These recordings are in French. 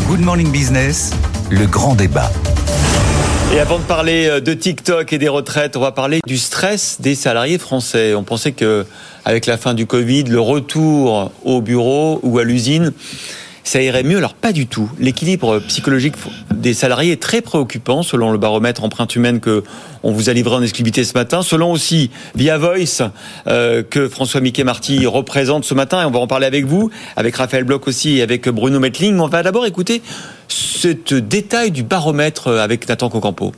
Good Morning Business, le grand débat. Et avant de parler de TikTok et des retraites, on va parler du stress des salariés français. On pensait que avec la fin du Covid, le retour au bureau ou à l'usine, ça irait mieux. Alors pas du tout. L'équilibre psychologique des salariés est très préoccupant selon le baromètre empreinte humaine que on vous a livré en exclusivité ce matin. Selon aussi Via Voice que François Mickey-Marty représente ce matin. Et on va en parler avec vous, avec Raphaël Bloch aussi et avec Bruno Mettling. On va d'abord écouter ce détail du baromètre avec Nathan Cocampo.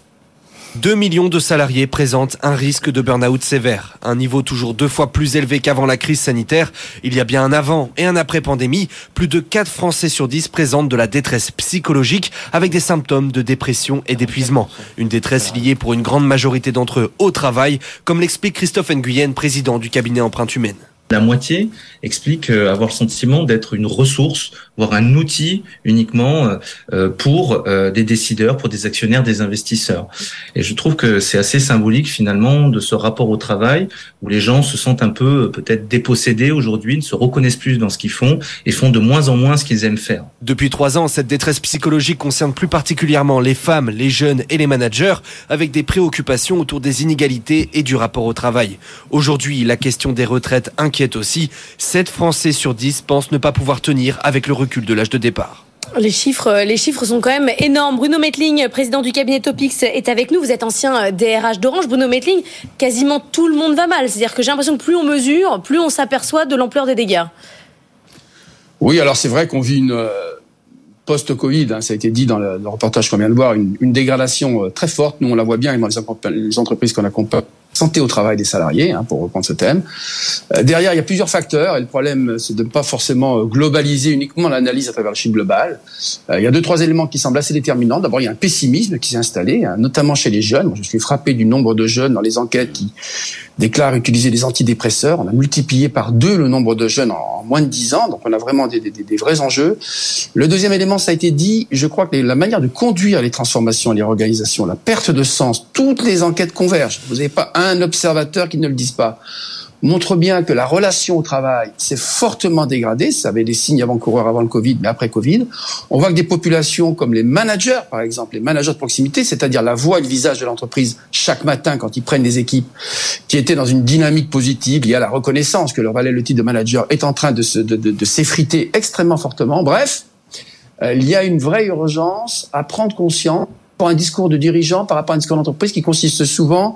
2 millions de salariés présentent un risque de burn-out sévère. Un niveau toujours 2 fois plus élevé qu'avant la crise sanitaire. Il y a bien un avant et un après pandémie. Plus de 4 Français sur 10 présentent de la détresse psychologique avec des symptômes de dépression et d'épuisement. Une détresse liée pour une grande majorité d'entre eux au travail, comme l'explique Christophe Nguyen, président du cabinet Empreinte Humaine. La moitié explique avoir le sentiment d'être une ressource, voire un outil uniquement pour des décideurs, pour des actionnaires, des investisseurs. Et je trouve que c'est assez symbolique finalement de ce rapport au travail où les gens se sentent un peu peut-être dépossédés aujourd'hui, ne se reconnaissent plus dans ce qu'ils font et font de moins en moins ce qu'ils aiment faire. Depuis 3 ans, cette détresse psychologique concerne plus particulièrement les femmes, les jeunes et les managers avec des préoccupations autour des inégalités et du rapport au travail. Aujourd'hui, la question des retraites inquiète aussi. 7 Français sur 10 pensent ne pas pouvoir tenir avec le recul de l'âge de départ. Les chiffres sont quand même énormes. Bruno Mettling, président du cabinet Topix, est avec nous. Vous êtes ancien DRH d'Orange. Bruno Mettling, quasiment tout le monde va mal. C'est-à-dire que j'ai l'impression que plus on mesure, plus on s'aperçoit de l'ampleur des dégâts. Oui, alors c'est vrai qu'on vit une post-Covid, ça a été dit dans le reportage qu'on vient de voir, une dégradation très forte. Nous, on la voit bien dans les entreprises qu'on accompagne. Santé au travail des salariés, pour reprendre ce thème. Derrière, il y a plusieurs facteurs et le problème, c'est de ne pas forcément globaliser uniquement l'analyse à travers le chiffre global. Il y a 2-3 éléments qui semblent assez déterminants. D'abord, il y a un pessimisme qui s'est installé, notamment chez les jeunes. Je suis frappé du nombre de jeunes dans les enquêtes qui déclarent utiliser des antidépresseurs. On a multiplié par 2 le nombre de jeunes en moins de 10 ans, donc on a vraiment des vrais enjeux. Le deuxième élément, ça a été dit, je crois que la manière de conduire les transformations et les réorganisations, la perte de sens, toutes les enquêtes convergent. Vous n'avez pas un observateur qui ne le dise pas, montre bien que la relation au travail s'est fortement dégradée. Ça avait des signes avant-coureurs avant le Covid, mais après Covid. On voit que des populations comme les managers, par exemple, les managers de proximité, c'est-à-dire la voix et le visage de l'entreprise chaque matin quand ils prennent des équipes qui étaient dans une dynamique positive liée à la reconnaissance que leur valait le titre de manager, est en train de s'effriter extrêmement fortement. Bref, il y a une vraie urgence à prendre conscience pour un discours de dirigeant par rapport à un discours d'entreprise qui consiste souvent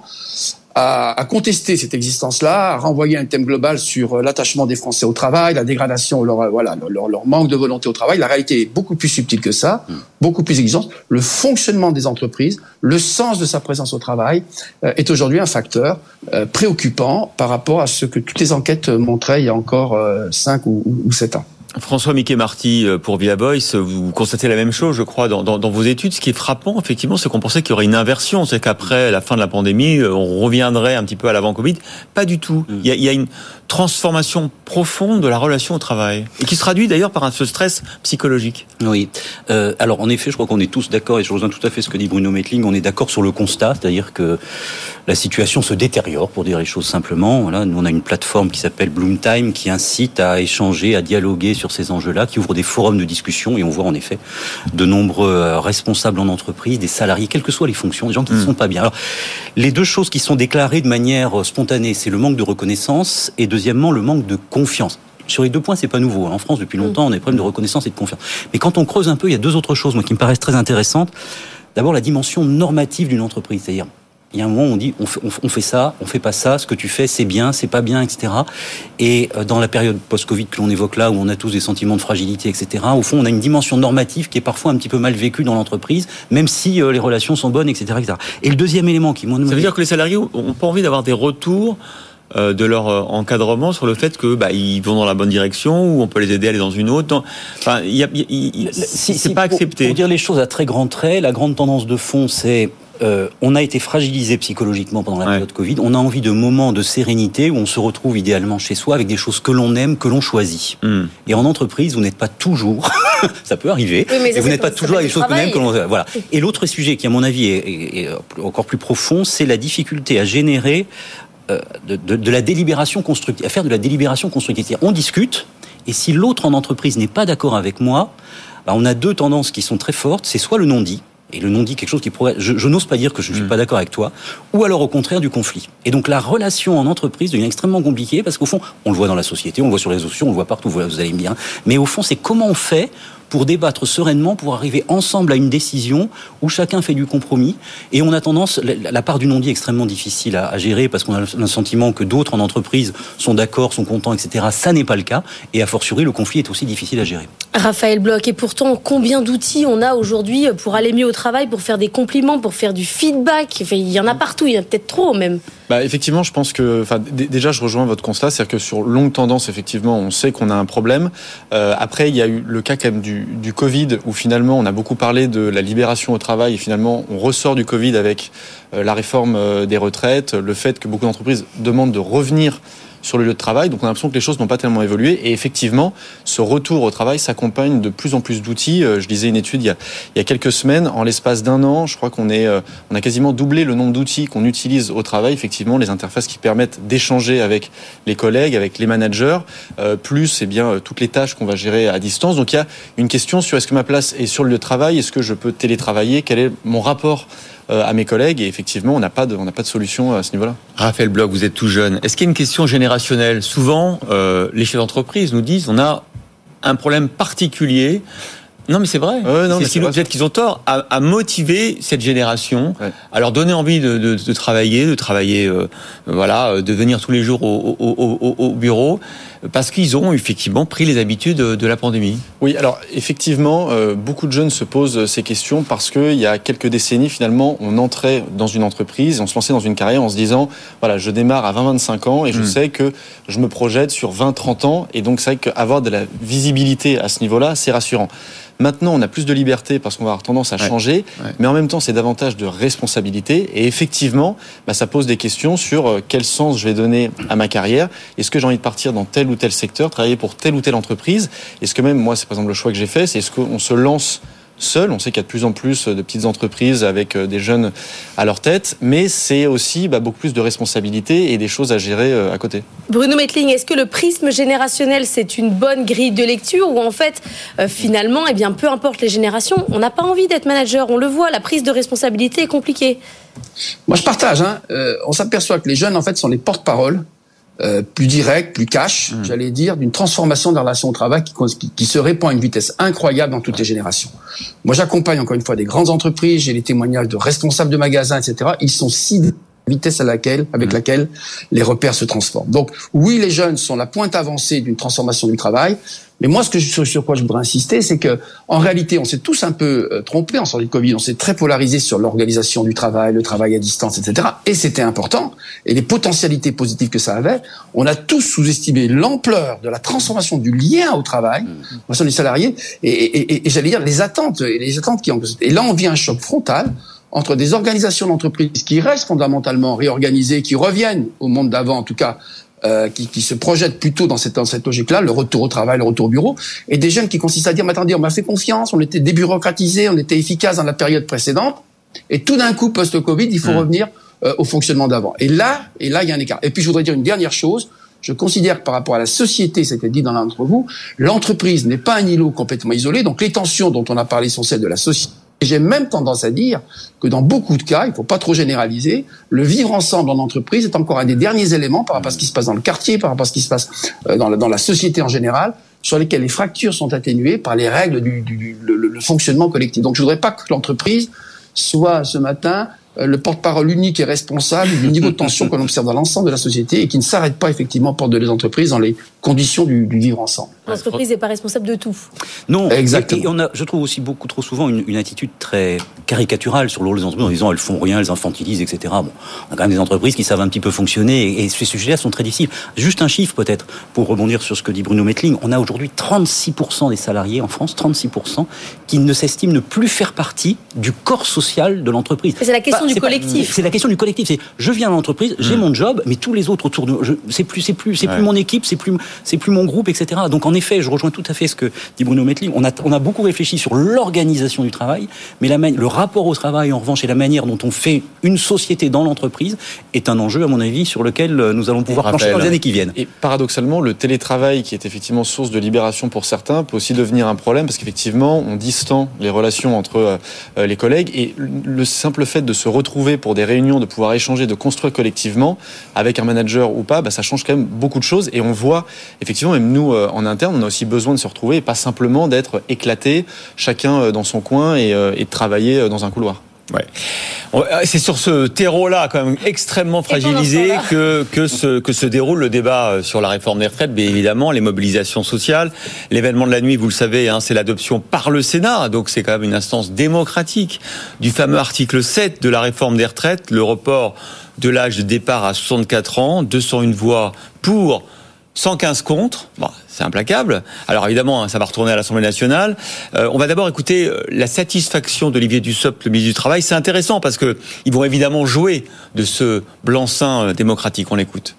à contester cette existence-là, à renvoyer un thème global sur l'attachement des Français au travail, la dégradation, leur manque de volonté au travail. La réalité est beaucoup plus subtile que ça, beaucoup plus exigeante. Le fonctionnement des entreprises, le sens de sa présence au travail est aujourd'hui un facteur préoccupant par rapport à ce que toutes les enquêtes montraient il y a encore 5 ou 7 ans. François Mickey-Marty pour Via Voice, vous constatez la même chose, je crois, dans vos études. Ce qui est frappant, effectivement, c'est qu'on pensait qu'il y aurait une inversion. C'est qu'après la fin de la pandémie, on reviendrait un petit peu à l'avant-Covid. Pas du tout. Il y a une transformation profonde de la relation au travail. Et qui se traduit d'ailleurs par ce stress psychologique. Oui. Alors, en effet, je crois qu'on est tous d'accord, et je rejoins tout à fait ce que dit Bruno Mettling, on est d'accord sur le constat, c'est-à-dire que la situation se détériore, pour dire les choses simplement. Voilà, nous, on a une plateforme qui s'appelle Bloomtime, qui incite à échanger, à dialoguer sur ces enjeux-là, qui ouvre des forums de discussion, et on voit en effet de nombreux responsables en entreprise, des salariés, quelles que soient les fonctions, des gens qui ne sont pas bien. Alors, les 2 choses qui sont déclarées de manière spontanée, c'est le manque de reconnaissance et deuxièmement le manque de confiance. Sur les 2 points, c'est pas nouveau. En France, depuis longtemps, on a des problèmes de reconnaissance et de confiance. Mais quand on creuse un peu, il y a 2 autres choses, moi, qui me paraissent très intéressantes. D'abord, la dimension normative d'une entreprise, c'est-à-dire il y a un moment où on dit on fait ça, on fait pas ça, ce que tu fais c'est bien, c'est pas bien, etc. Et dans la période post-Covid que l'on évoque là, où on a tous des sentiments de fragilité, etc., au fond on a une dimension normative qui est parfois un petit peu mal vécue dans l'entreprise, même si les relations sont bonnes, etc., etc. Et le deuxième élément qui m'ont... Ça veut dire que les salariés ont pas envie d'avoir des retours de leur encadrement sur le fait que ils vont dans la bonne direction ou on peut les aider à aller dans une autre. Enfin, c'est pas accepté. Pour dire les choses à très grands traits, la grande tendance de fond, c'est on a été fragilisé psychologiquement pendant la période Covid. On a envie de moments de sérénité où on se retrouve idéalement chez soi avec des choses que l'on aime, que l'on choisit. Et en entreprise, vous n'êtes pas toujours, ça peut arriver, et vous n'êtes pas toujours avec des choses que l'on aime, que l'on... Voilà. Et l'autre sujet qui, à mon avis, est encore plus profond, c'est la difficulté à générer de la délibération constructive, à faire de la délibération constructive. C'est-à-dire, on discute. Et si l'autre en entreprise n'est pas d'accord avec moi, on a deux tendances qui sont très fortes. C'est soit le non-dit, et le non-dit, quelque chose qui pourrait... Je n'ose pas dire que je ne suis pas d'accord avec toi, ou alors au contraire du conflit. Et donc la relation en entreprise devient extrêmement compliquée, parce qu'au fond, on le voit dans la société, on le voit sur les réseaux sociaux, on le voit partout, vous allez me dire. Mais au fond, c'est comment on fait pour débattre sereinement, pour arriver ensemble à une décision où chacun fait du compromis. Et on a tendance, la part du non-dit est extrêmement difficile à gérer, parce qu'on a le sentiment que d'autres en entreprise sont d'accord, sont contents, etc. Ça n'est pas le cas. Et a fortiori, le conflit est aussi difficile à gérer. Raphaël Bloch, et pourtant, combien d'outils on a aujourd'hui pour aller mieux au travail, pour faire des compliments, pour faire du feedback? Enfin, il y en a partout, il y en a peut-être trop même. Effectivement, je pense que, déjà, je rejoins votre constat, c'est-à-dire que sur longue tendance, effectivement, on sait qu'on a un problème. Après, il y a eu le cas quand même du Covid, où finalement, on a beaucoup parlé de la libération au travail, et finalement, on ressort du Covid avec la réforme des retraites, le fait que beaucoup d'entreprises demandent de revenir sur le lieu de travail. Donc on a l'impression que les choses n'ont pas tellement évolué. Et effectivement, ce retour au travail s'accompagne de plus en plus d'outils. Je lisais une étude il y a quelques semaines. En l'espace d'un an, je crois qu'on a quasiment doublé le nombre d'outils qu'on utilise au travail. Effectivement, les interfaces qui permettent d'échanger avec les collègues, avec les managers, plus toutes les tâches qu'on va gérer à distance. Donc il y a une question sur est-ce que ma place est sur le lieu de travail? Est-ce que je peux télétravailler? Quel est mon rapport à mes collègues? Et effectivement, on n'a pas de solution à ce niveau-là. Raphaël Bloch, vous êtes tout jeune. Est-ce qu'il y a une question générationnelle? Souvent, les chefs d'entreprise nous disent on a un problème particulier. Non, mais c'est vrai. Peut-être qu'ils ont tort à motiver cette génération, à leur donner envie de travailler, de venir tous les jours au bureau, parce qu'ils ont effectivement pris les habitudes de la pandémie. Oui, alors effectivement, beaucoup de jeunes se posent ces questions parce qu'il y a quelques décennies, finalement, on entrait dans une entreprise, on se lançait dans une carrière en se disant, voilà, je démarre à 20-25 ans et je sais que je me projette sur 20-30 ans, et donc c'est vrai qu'avoir de la visibilité à ce niveau-là, c'est rassurant. Maintenant, on a plus de liberté parce qu'on va avoir tendance à changer, mais en même temps, c'est davantage de responsabilité. Et effectivement, ça pose des questions sur quel sens je vais donner à ma carrière. Est-ce que j'ai envie de partir dans tel ou tel secteur, travailler pour telle ou telle entreprise? Est-ce que même, moi, c'est par exemple le choix que j'ai fait, c'est est-ce qu'on se lance seul? On sait qu'il y a de plus en plus de petites entreprises avec des jeunes à leur tête, mais c'est aussi beaucoup plus de responsabilités et des choses à gérer à côté. Bruno Mettling, est-ce que le prisme générationnel, c'est une bonne grille de lecture, ou en fait, finalement, peu importe les générations, on n'a pas envie d'être manager, on le voit, la prise de responsabilité est compliquée? Moi, je partage. On s'aperçoit que les jeunes, en fait, sont les porte-paroles plus direct, plus cash, j'allais dire, d'une transformation de la relation au travail qui se répand à une vitesse incroyable dans toutes les générations. Moi, j'accompagne encore une fois des grandes entreprises, j'ai les témoignages de responsables de magasins, etc. Ils sont sidérés de la vitesse avec laquelle les repères se transforment. Donc, oui, les jeunes sont la pointe avancée d'une transformation du travail. Mais moi, sur quoi je voudrais insister, c'est que, en réalité, on s'est tous un peu trompés en sortie de Covid. On s'est très polarisé sur l'organisation du travail, le travail à distance, etc. Et c'était important. Et les potentialités positives que ça avait. On a tous sous-estimé l'ampleur de la transformation du lien au travail, des salariés, et j'allais dire les attentes qui ont. Et là, on vit un choc frontal entre des organisations d'entreprise qui restent fondamentalement réorganisées, qui reviennent au monde d'avant, en tout cas, qui se projettent plutôt dans cette logique-là, le retour au travail, le retour au bureau, et des jeunes qui consistent à dire, mais attendez, on m'a fait confiance, on était débureaucratisés, on était efficace dans la période précédente, et tout d'un coup, post-Covid, il faut revenir au fonctionnement d'avant. Et là, il y a un écart. Et puis, je voudrais dire une dernière chose. Je considère que par rapport à la société, c'était dit dans l'un d'entre vous, l'entreprise n'est pas un îlot complètement isolé, donc les tensions dont on a parlé sont celles de la société. Et j'ai même tendance à dire que dans beaucoup de cas, il ne faut pas trop généraliser, le vivre ensemble en entreprise est encore un des derniers éléments par rapport à ce qui se passe dans le quartier, par rapport à ce qui se passe dans la société en général, sur lesquels les fractures sont atténuées par les règles le fonctionnement collectif. Donc je ne voudrais pas que l'entreprise soit ce matin le porte-parole unique et responsable du niveau de tension qu'on observe dans l'ensemble de la société et qui ne s'arrête pas effectivement porte de les entreprises dans les conditions du vivre ensemble. L'entreprise n'est pas responsable de tout. Non, exactement. Et on a, je trouve aussi beaucoup trop souvent une attitude très caricaturale sur le rôle des entreprises en disant elles font rien, elles infantilisent, etc. Bon, on a quand même des entreprises qui savent un petit peu fonctionner et ces sujets-là sont très difficiles. Juste un chiffre peut-être pour rebondir sur ce que dit Bruno Mettling. On a aujourd'hui 36% des salariés en France, 36% qui ne s'estiment ne plus faire partie du corps social de l'entreprise. C'est la question du collectif. C'est la question du collectif. C'est je viens à l'entreprise, j'ai mon job, mais tous les autres autour de moi, c'est plus mon équipe, c'est plus c'est plus mon groupe, etc. Donc en effet, je rejoins tout à fait ce que dit Bruno Mettling. On a beaucoup réfléchi sur l'organisation du travail, mais le rapport au travail, en revanche, et la manière dont on fait une société dans l'entreprise est un enjeu, à mon avis, sur lequel nous allons pouvoir plancher dans les années qui viennent. Et paradoxalement, le télétravail, qui est effectivement source de libération pour certains, peut aussi devenir un problème parce qu'effectivement, on distend les relations entre les collègues et le simple fait de se retrouver pour des réunions, de pouvoir échanger, de construire collectivement avec un manager ou pas, ça change quand même beaucoup de choses et on voit effectivement, même nous en interne, on a aussi besoin de se retrouver et pas simplement d'être éclatés chacun dans son coin et de travailler dans un couloir. Ouais. C'est sur ce terreau-là, quand même extrêmement fragilisé, que se déroule le débat sur la réforme des retraites. Mais évidemment, les mobilisations sociales, l'événement de la nuit, vous le savez, c'est l'adoption par le Sénat. Donc c'est quand même une instance démocratique du fameux article 7 de la réforme des retraites, le report de l'âge de départ à 64 ans, 201 voix pour, 115 contre. C'est implacable. Alors évidemment, ça va retourner à l'Assemblée nationale. On va d'abord écouter la satisfaction d'Olivier Dussopt, le ministre du Travail. C'est intéressant parce que ils vont évidemment jouer de ce blanc-seing démocratique. On l'écoute.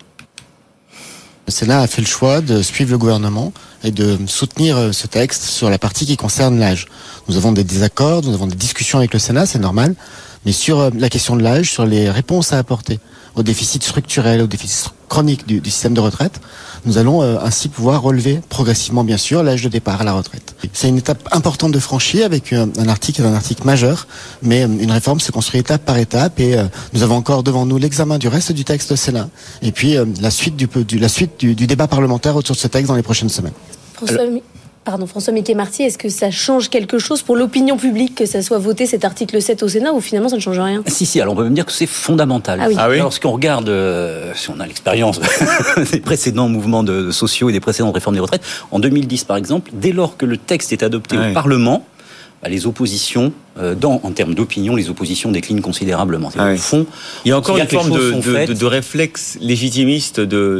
Le Sénat a fait le choix de suivre le gouvernement et de soutenir ce texte sur la partie qui concerne l'âge. Nous avons des désaccords, nous avons des discussions avec le Sénat, c'est normal. Mais sur la question de l'âge, sur les réponses à apporter au déficit structurel, au déficit chronique du système de retraite, nous allons ainsi pouvoir relever progressivement, bien sûr, l'âge de départ à la retraite. C'est une étape importante de franchir avec un article majeur, mais une réforme se construit étape par étape et nous avons encore devant nous l'examen du reste du texte au Sénat et puis la suite du débat parlementaire autour de ce texte dans les prochaines semaines. François Miquet-Marty, est-ce que ça change quelque chose pour l'opinion publique que ça soit voté cet article 7 au Sénat ou finalement ça ne change rien ? Si, alors on peut même dire que c'est fondamental. Ah oui. Alors si on regarde, si on a l'expérience des précédents mouvements sociaux et des précédentes réformes des retraites, en 2010 par exemple, dès lors que le texte est adopté au Parlement, les oppositions, en termes d'opinion, les oppositions déclinent considérablement. Au fond, il y a encore une forme de réflexe légitimiste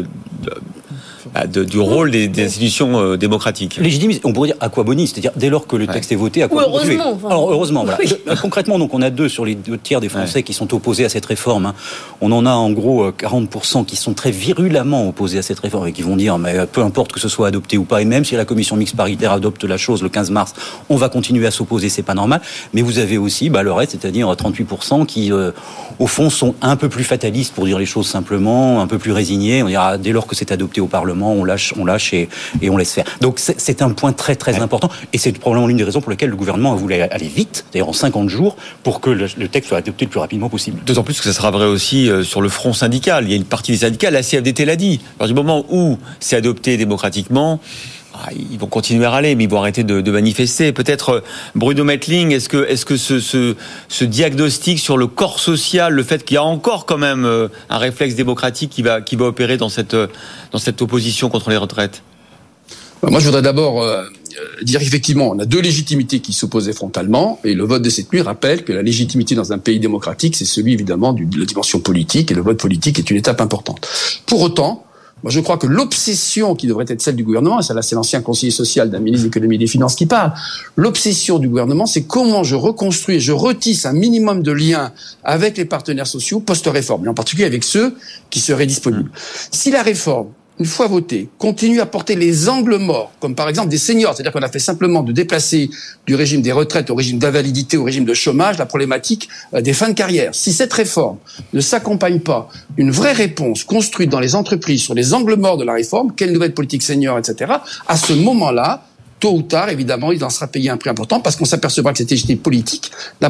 du rôle des institutions démocratiques. Légitimiste, on pourrait dire à quoi boni, c'est-à-dire dès lors que le texte est voté, à quoi bon tuer. Alors heureusement, voilà. Oui. Concrètement, donc on a sur les 2 tiers des Français qui sont opposés à cette réforme. On en a en gros 40% qui sont très virulemment opposés à cette réforme et qui vont dire mais peu importe que ce soit adopté ou pas, et même si la commission mixte paritaire adopte la chose le 15 mars, on va continuer à s'opposer, c'est pas normal. Mais vous avez aussi le reste, c'est-à-dire 38% qui au fond sont un peu plus fatalistes pour dire les choses simplement, un peu plus résignés. On dira dès lors que c'est adopté au Parlement, on lâche et on laisse faire. Donc c'est un point très très important et c'est probablement l'une des raisons pour lesquelles le gouvernement a voulu aller vite, d'ailleurs en 50 jours, pour que le texte soit adopté le plus rapidement possible. D'autant plus que ça sera vrai aussi sur le front syndical. Il y a une partie des syndicats, la CFDT l'a dit. Alors, du moment où c'est adopté démocratiquement, ils vont continuer à râler, mais ils vont arrêter de manifester. Peut-être Bruno Mettling, est-ce que ce diagnostic sur le corps social, le fait qu'il y a encore quand même un réflexe démocratique qui va opérer dans cette opposition contre les retraites? Moi, je voudrais d'abord dire qu'effectivement, on a 2 légitimités qui s'opposaient frontalement, et le vote de cette nuit rappelle que la légitimité dans un pays démocratique, c'est celui évidemment de la dimension politique, et le vote politique est une étape importante. Pour autant, moi, je crois que l'obsession qui devrait être celle du gouvernement, et ça là, c'est l'ancien conseiller social d'un ministre de l'économie et des finances qui parle, l'obsession du gouvernement, c'est comment je reconstruis, je retisse un minimum de liens avec les partenaires sociaux post-réforme, et en particulier avec ceux qui seraient disponibles. Si la réforme, une fois votée, continue à porter les angles morts, comme par exemple des seniors, c'est-à-dire qu'on a fait simplement de déplacer du régime des retraites au régime d'invalidité, au régime de chômage, la problématique des fins de carrière. Si cette réforme ne s'accompagne pas d'une vraie réponse construite dans les entreprises sur les angles morts de la réforme, quelle nouvelle politique senior, etc., à ce moment-là, tôt ou tard, évidemment, il en sera payé un prix important parce qu'on s'apercevra que cette légitimité politique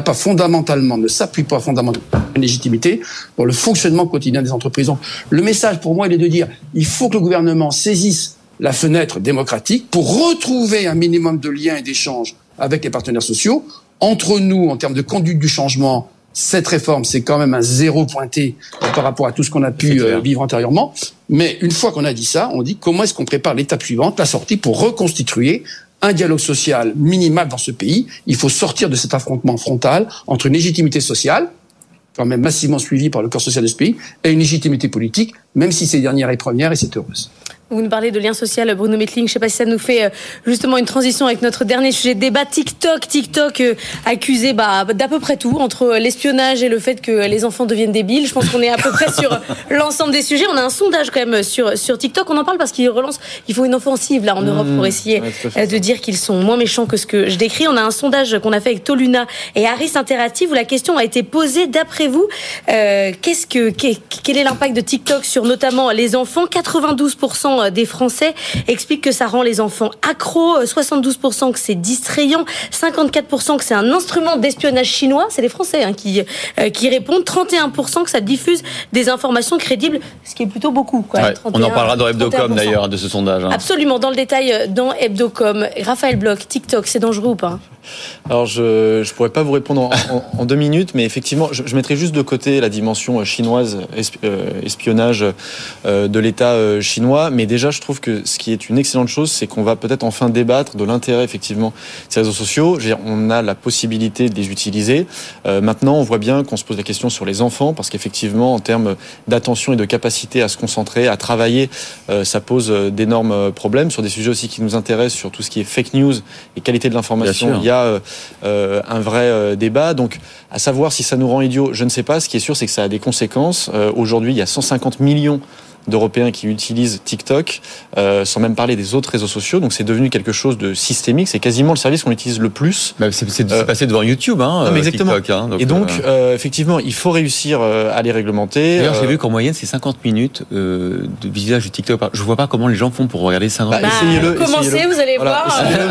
ne s'appuie pas fondamentalement une légitimité dans le fonctionnement quotidien des entreprises. Donc, le message pour moi, il est de dire, il faut que le gouvernement saisisse la fenêtre démocratique pour retrouver un minimum de liens et d'échanges avec les partenaires sociaux. Entre nous, en termes de conduite du changement, cette réforme, c'est quand même un zéro pointé par rapport à tout ce qu'on a pu vivre antérieurement. Mais une fois qu'on a dit ça, on dit comment est-ce qu'on prépare l'étape suivante, la sortie, pour reconstituer un dialogue social minimal dans ce pays. Il faut sortir de cet affrontement frontal entre une légitimité sociale, quand même massivement suivie par le corps social de ce pays, et une légitimité politique, même si cette dernière est première et c'est heureuse. Vous nous parlez de lien social, Bruno Mettling. Je ne sais pas si ça nous fait justement une transition avec notre dernier sujet de débat. TikTok accusé d'à peu près tout, entre l'espionnage et le fait que les enfants deviennent débiles. Je pense qu'on est à peu près sur l'ensemble des sujets. On a un sondage quand même sur TikTok. On en parle parce qu'il relance. Il faut une offensive là en Europe pour essayer de dire qu'ils sont moins méchants que ce que je décris. On a un sondage qu'on a fait avec Toluna et Harris Interactive où la question a été posée. D'après vous, quel est l'impact de TikTok sur notamment les enfants? 92% des Français expliquent que ça rend les enfants accros, 72% que c'est distrayant, 54% que c'est un instrument d'espionnage chinois, c'est les Français qui répondent, 31% que ça diffuse des informations crédibles, ce qui est plutôt beaucoup. Ouais, on en parlera dans Hebdocom d'ailleurs de ce sondage. Absolument, dans le détail dans Hebdocom. Raphaël Bloch, TikTok, c'est dangereux ou pas? Alors je pourrais pas vous répondre en 2 minutes, mais effectivement, je mettrai juste de côté la dimension chinoise, espionnage de l'État chinois. Mais déjà, je trouve que ce qui est une excellente chose, c'est qu'on va peut-être enfin débattre de l'intérêt effectivement de ces réseaux sociaux. On a la possibilité de les utiliser. Maintenant, on voit bien qu'on se pose la question sur les enfants, parce qu'effectivement, en termes d'attention et de capacité à se concentrer, à travailler, ça pose d'énormes problèmes sur des sujets aussi qui nous intéressent, sur tout ce qui est fake news et qualité de l'information. Il y a un vrai débat. Donc, à savoir si ça nous rend idiots, je ne sais pas. Ce qui est sûr, c'est que ça a des conséquences. Aujourd'hui, il y a 150 millions d'Européens qui utilisent TikTok, sans même parler des autres réseaux sociaux. Donc c'est devenu quelque chose de systémique. C'est quasiment le service qu'on utilise le plus. C'est passé devant YouTube, exactement. TikTok. Donc, et donc, effectivement, il faut réussir à les réglementer. D'ailleurs, j'ai vu qu'en moyenne, c'est 50 minutes de visionnage de TikTok. Je vois pas comment les gens font pour regarder 50 minutes. Essayez-le. Commencez, vous allez voir.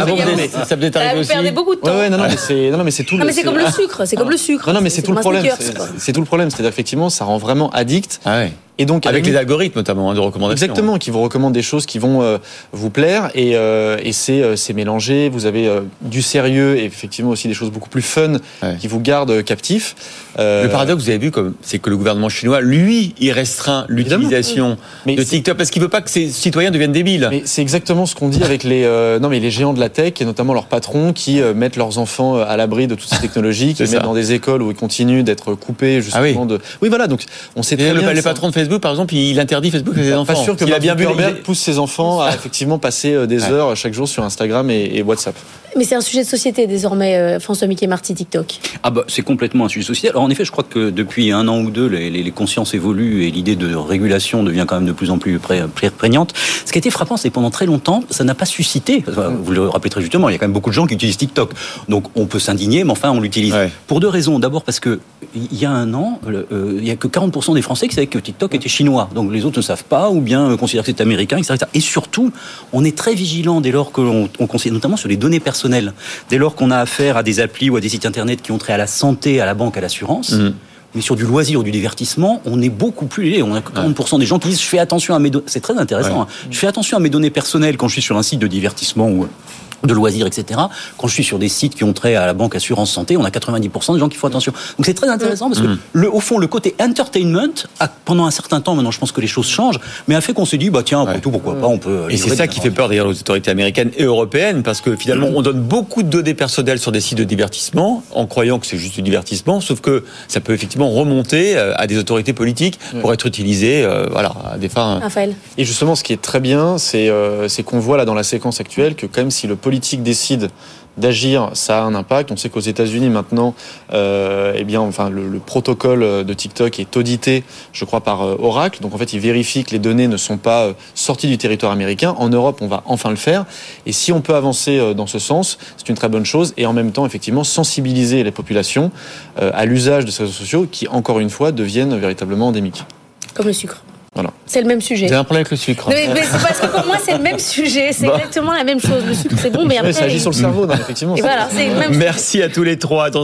Ça peut être arrivé aussi. Vous perdez beaucoup de temps. Mais c'est tout. Mais c'est comme le sucre. C'est comme le sucre. Non, mais c'est tout le problème. C'est tout le problème. C'est-à-dire effectivement, ça rend vraiment addict. Ah ouais. Et donc, avec les algorithmes notamment de recommandation. Exactement, qui vous recommandent des choses qui vont vous plaire et c'est mélangé. Vous avez du sérieux et effectivement aussi des choses beaucoup plus fun qui vous gardent captifs. Le paradoxe, vous avez vu, c'est que le gouvernement chinois, lui, il restreint l'utilisation de TikTok parce qu'il veut pas que ses citoyens deviennent débiles. Mais c'est exactement ce qu'on dit avec les géants de la tech et notamment leurs patrons qui mettent leurs enfants à l'abri de toutes ces technologies, qui les mettent dans des écoles où ils continuent d'être coupés justement de. Oui, voilà. Donc on sait très bien. Les patrons de Facebook, par exemple, il interdit Facebook à ses enfants. Pas sûr que Mark Zuckerberg pousse ses enfants à effectivement passer des heures chaque jour sur Instagram et WhatsApp. Mais c'est un sujet de société désormais, François-Mickey Marty, TikTok. C'est complètement un sujet social. Alors en effet, je crois que depuis 1 an ou 2, les consciences évoluent et l'idée de régulation devient quand même de plus en plus prégnante. Ce qui a été frappant, c'est que pendant très longtemps, ça n'a pas suscité. Vous le rappelez très justement, il y a quand même beaucoup de gens qui utilisent TikTok. Donc on peut s'indigner, mais enfin on l'utilise. Pour 2 raisons. D'abord parce que il y a 1 an, il y a que 40% des Français qui savaient que TikTok était chinois. Donc les autres ne savent pas ou bien considèrent que c'est américain, etc. Et surtout, on est très vigilant dès lors que on considère, notamment sur les données personnelles. Dès lors qu'on a affaire à des applis ou à des sites internet qui ont trait à la santé, à la banque, à l'assurance, mais sur du loisir ou du divertissement, on est beaucoup plus léger. On a 40% des gens qui disent « je fais attention à mes données ». C'est très intéressant. Je fais attention à mes données personnelles quand je suis sur un site de divertissement ou de loisirs, etc. Quand je suis sur des sites qui ont trait à la banque, assurance, santé, on a 90% des gens qui font attention. Donc c'est très intéressant parce que, au fond, le côté entertainment, pendant un certain temps, maintenant je pense que les choses changent, mais a fait qu'on s'est dit, tiens, après tout, pourquoi pas, on peut... Et c'est ça qui fait peur d'ailleurs aux autorités américaines et européennes, parce que finalement, on donne beaucoup de données personnelles sur des sites de divertissement, en croyant que c'est juste du divertissement, sauf que ça peut effectivement remonter à des autorités politiques pour être utilisé, à des fins... Raphaël. Et justement, ce qui est très bien, c'est qu'on voit là dans la séquence actuelle que quand même si le politique décide d'agir, ça a un impact. On sait qu'aux États-Unis maintenant, le protocole de TikTok est audité, je crois, par Oracle. Donc en fait, ils vérifient que les données ne sont pas sorties du territoire américain. En Europe, on va enfin le faire. Et si on peut avancer dans ce sens, c'est une très bonne chose. Et en même temps, effectivement, sensibiliser les populations à l'usage de ces réseaux sociaux qui, encore une fois, deviennent véritablement endémiques. Comme le sucre. Voilà. C'est le même sujet. Vous avez un problème avec le sucre. Mais c'est parce que pour moi, c'est le même sujet. C'est exactement la même chose. Le sucre, c'est bon, mais après... Ça agit sur le cerveau, effectivement. Et voilà, c'est le même. Merci à tous les 3.